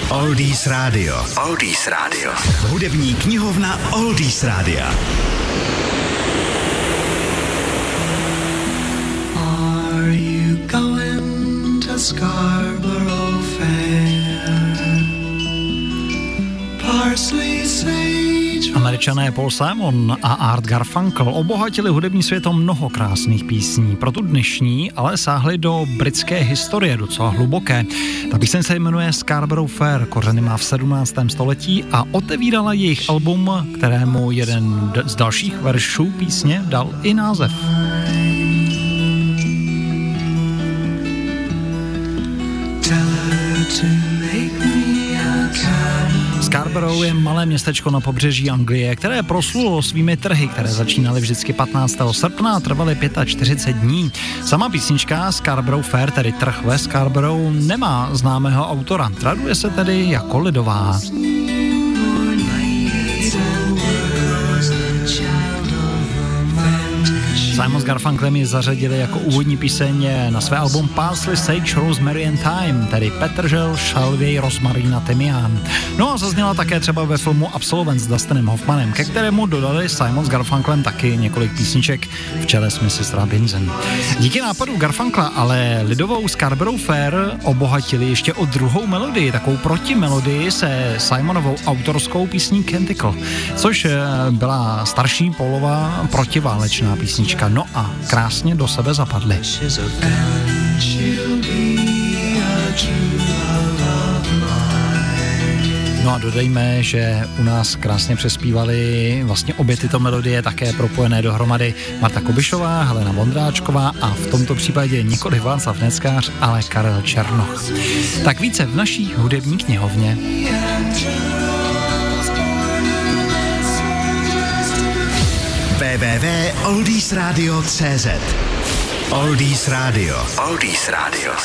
Oldies Radio. Oldies Radio. Hudební knihovna Oldies Rádia. Are you going to Scarborough Fair? Parsley, sage. Američané Paul Simon a Art Garfunkel obohatili hudební svět o mnoho krásných písní. Pro tu dnešní ale sáhli do britské historie docela hluboké. Ta píseň se jmenuje Scarborough Fair, kořeny má v 17. století a otevírala jejich album, kterému jeden z dalších veršů písně dal i název. Scarborough je malé městečko na pobřeží Anglie, které proslulo svými trhy, které začínaly vždycky 15. srpna a trvaly 45 dní. Sama písnička Scarborough Fair, tedy trh ve Scarborough, nemá známého autora. Traduje se tedy jako lidová. Simon s Garfunkelem ji zařadili jako úvodní píseň na své album Parsley, Sage, Rosemary and Thyme, tedy petržel, šalvěj, rozmarín a tymián. No a zazněla také třeba ve filmu Absolvent s Dustinem Hoffmanem, ke kterému dodali Simon s Garfunkelem taky několik písniček v čele s Mrs. Robinson. Díky nápadu Garfunkla ale lidovou Scarborough Fair obohatili ještě o druhou melodii, takovou protimelodii se Simonovou autorskou písní Canticle, což byla starší Paulová protiválečná písnička. No a krásně do sebe zapadly. No a dodejme, že u nás krásně přespívali vlastně obě tyto melodie také propojené dohromady Marta Kubišová, Helena Vondráčková a v tomto případě nikoli Václav Neckář, ale Karel Černoch. Tak více v naší hudební knihovně. www.oldiesradio.cz Oldies Radio. Oldies Radio.